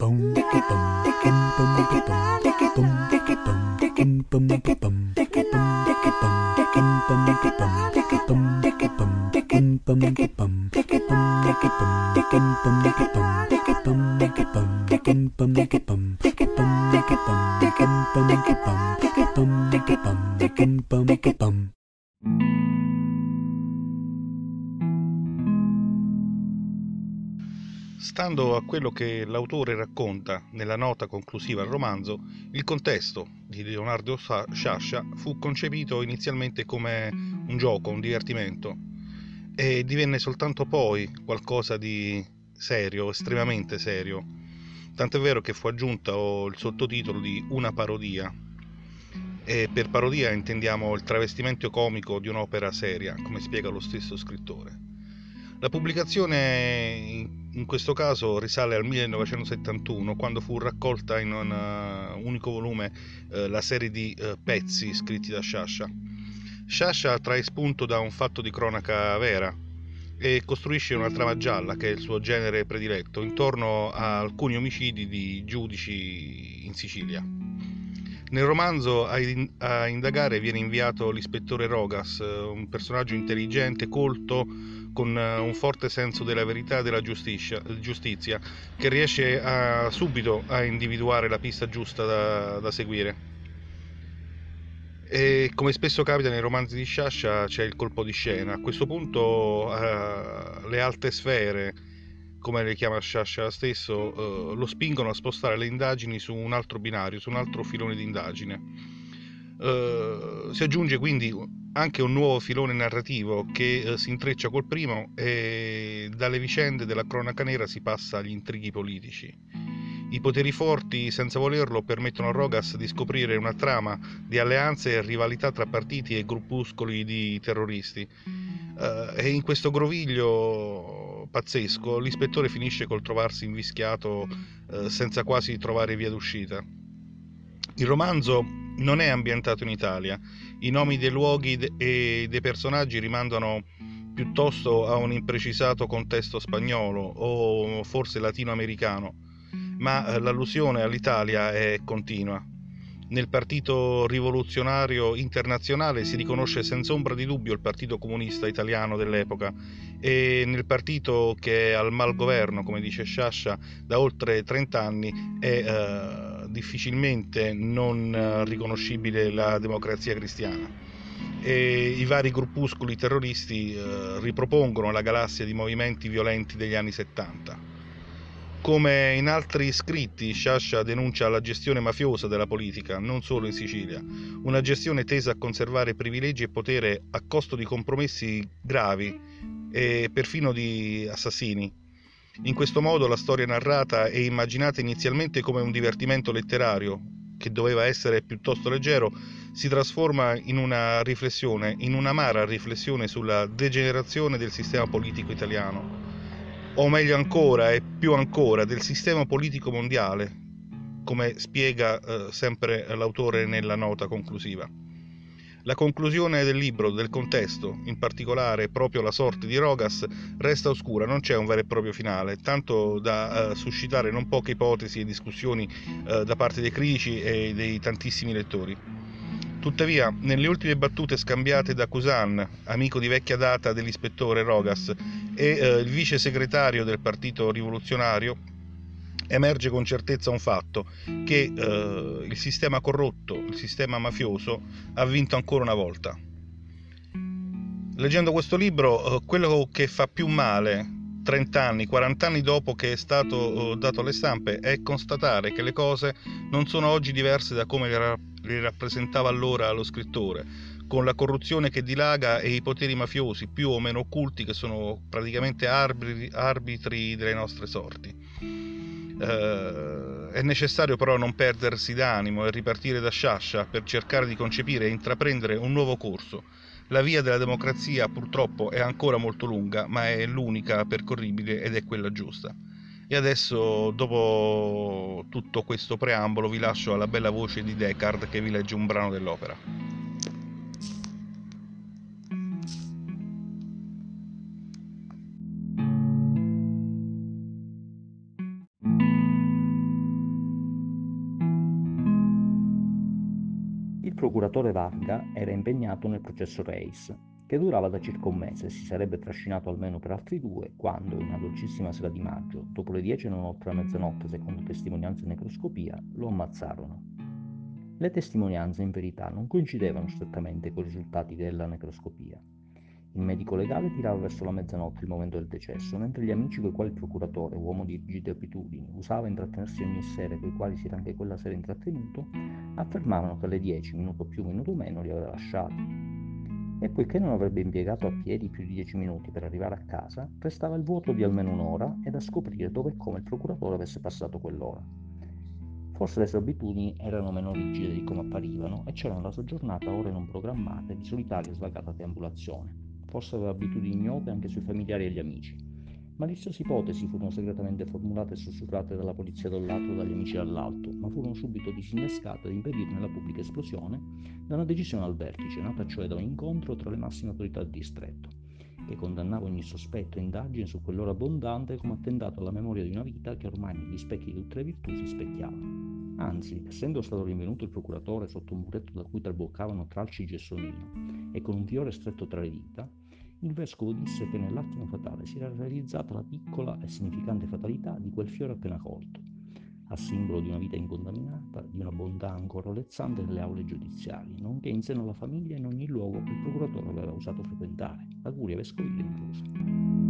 Stando a quello che l'autore racconta nella nota conclusiva al romanzo, il contesto di Leonardo Sciascia fu concepito inizialmente come un gioco, un divertimento, e divenne soltanto poi qualcosa di serio, estremamente serio. Tant'è vero che fu aggiunto il sottotitolo di Una parodia. E per parodia intendiamo il travestimento comico di un'opera seria, come spiega lo stesso scrittore. La pubblicazione in questo caso risale al 1971, quando fu raccolta in un unico volume la serie di pezzi scritti da Sciascia. Sciascia trae spunto da un fatto di cronaca vera e costruisce una trama gialla, che è il suo genere prediletto, intorno a alcuni omicidi di giudici in Sicilia. Nel romanzo a indagare viene inviato l'ispettore Rogas, un personaggio intelligente, colto, con un forte senso della verità e della giustizia, che riesce subito a individuare la pista giusta da seguire. E come spesso capita nei romanzi di Sciascia c'è il colpo di scena. A questo punto le alte sfere, come le chiama Sciascia stesso, lo spingono a spostare le indagini su un altro binario, su un altro filone di indagine. Si aggiunge quindi anche un nuovo filone narrativo che si intreccia col primo, e dalle vicende della cronaca nera si passa agli intrighi politici. I poteri forti, senza volerlo, permettono a Rogas di scoprire una trama di alleanze e rivalità tra partiti e gruppuscoli di terroristi. E in questo groviglio pazzesco l'ispettore finisce col trovarsi invischiato senza quasi trovare via d'uscita. Il romanzo non è ambientato in Italia, i nomi dei luoghi e dei personaggi rimandano piuttosto a un imprecisato contesto spagnolo o forse latinoamericano, ma l'allusione all'Italia è continua. Nel Partito Rivoluzionario Internazionale si riconosce senza ombra di dubbio il Partito Comunista Italiano dell'epoca, e nel partito che è al malgoverno, come dice Sciascia, da oltre 30 anni è difficilmente non riconoscibile la Democrazia Cristiana. E i vari gruppuscoli terroristi ripropongono la galassia di movimenti violenti degli anni 70. Come in altri scritti, Sciascia denuncia la gestione mafiosa della politica, non solo in Sicilia, una gestione tesa a conservare privilegi e potere a costo di compromessi gravi e perfino di assassini. In questo modo la storia narrata e immaginata inizialmente come un divertimento letterario, che doveva essere piuttosto leggero, si trasforma in una riflessione, in un'amara riflessione sulla degenerazione del sistema politico italiano, o meglio ancora e più ancora del sistema politico mondiale, come spiega sempre l'autore nella nota conclusiva. La conclusione del libro, del contesto, in particolare proprio la sorte di Rogas, resta oscura, non c'è un vero e proprio finale, tanto da suscitare non poche ipotesi e discussioni da parte dei critici e dei tantissimi lettori. Tuttavia, nelle ultime battute scambiate da Cousin, amico di vecchia data dell'ispettore Rogas, e il vice segretario del Partito Rivoluzionario, emerge con certezza un fatto, che il sistema corrotto, il sistema mafioso, ha vinto ancora una volta. Leggendo questo libro, quello che fa più male 30 anni, 40 anni dopo che è stato dato alle stampe, è constatare che le cose non sono oggi diverse da come le rappresentava allora lo scrittore, con la corruzione che dilaga e i poteri mafiosi più o meno occulti che sono praticamente arbitri delle nostre sorti. È necessario però non perdersi d'animo e ripartire da Sciascia per cercare di concepire e intraprendere un nuovo corso. La via della democrazia purtroppo è ancora molto lunga, ma è l'unica percorribile ed è quella giusta. E adesso, dopo tutto questo preambolo, vi lascio alla bella voce di Descartes, che vi legge un brano dell'opera. Il procuratore Varga era impegnato nel processo Reis, che durava da circa un mese e si sarebbe trascinato almeno per altri 2 quando, in una dolcissima sera di maggio, dopo le 10 e non oltre la mezzanotte secondo testimonianze in necroscopia, lo ammazzarono. Le testimonianze in verità non coincidevano strettamente con i risultati della necroscopia. Il medico legale tirava verso la mezzanotte il momento del decesso, mentre gli amici coi quali il procuratore, uomo di rigide abitudini, usava intrattenersi ogni sera e coi quali si era anche quella sera intrattenuto, affermavano che alle 10, minuto più, minuto meno, li aveva lasciati. E poiché non avrebbe impiegato a piedi più di 10 minuti per arrivare a casa, restava il vuoto di almeno un'ora e da scoprire dove e come il procuratore avesse passato quell'ora. Forse le sue abitudini erano meno rigide di come apparivano e c'era nella sua giornata ore non programmate di solitaria svagata deambulazione. Forse aveva abitudini ignote anche sui familiari e gli amici. Maliziose ipotesi furono segretamente formulate e sussurrate dalla polizia da un lato e dagli amici dall'altro, ma furono subito disinnescate ad impedirne la pubblica esplosione da una decisione al vertice, nata cioè da un incontro tra le massime autorità del distretto, che condannava ogni sospetto e indagine su quell'ora abbondante come attentato alla memoria di una vita che ormai negli specchi di tutte le virtù si specchiava. Anzi, essendo stato rinvenuto il procuratore sotto un muretto da cui traboccavano tralci di gelsomino e con un fiore stretto tra le dita, il vescovo disse che nell'attimo fatale si era realizzata la piccola e significante fatalità di quel fiore appena colto, a simbolo di una vita incontaminata, di una bontà ancora olezzante nelle aule giudiziarie, nonché in seno alla famiglia e in ogni luogo che il procuratore aveva usato frequentare, la curia vescovile inclusa.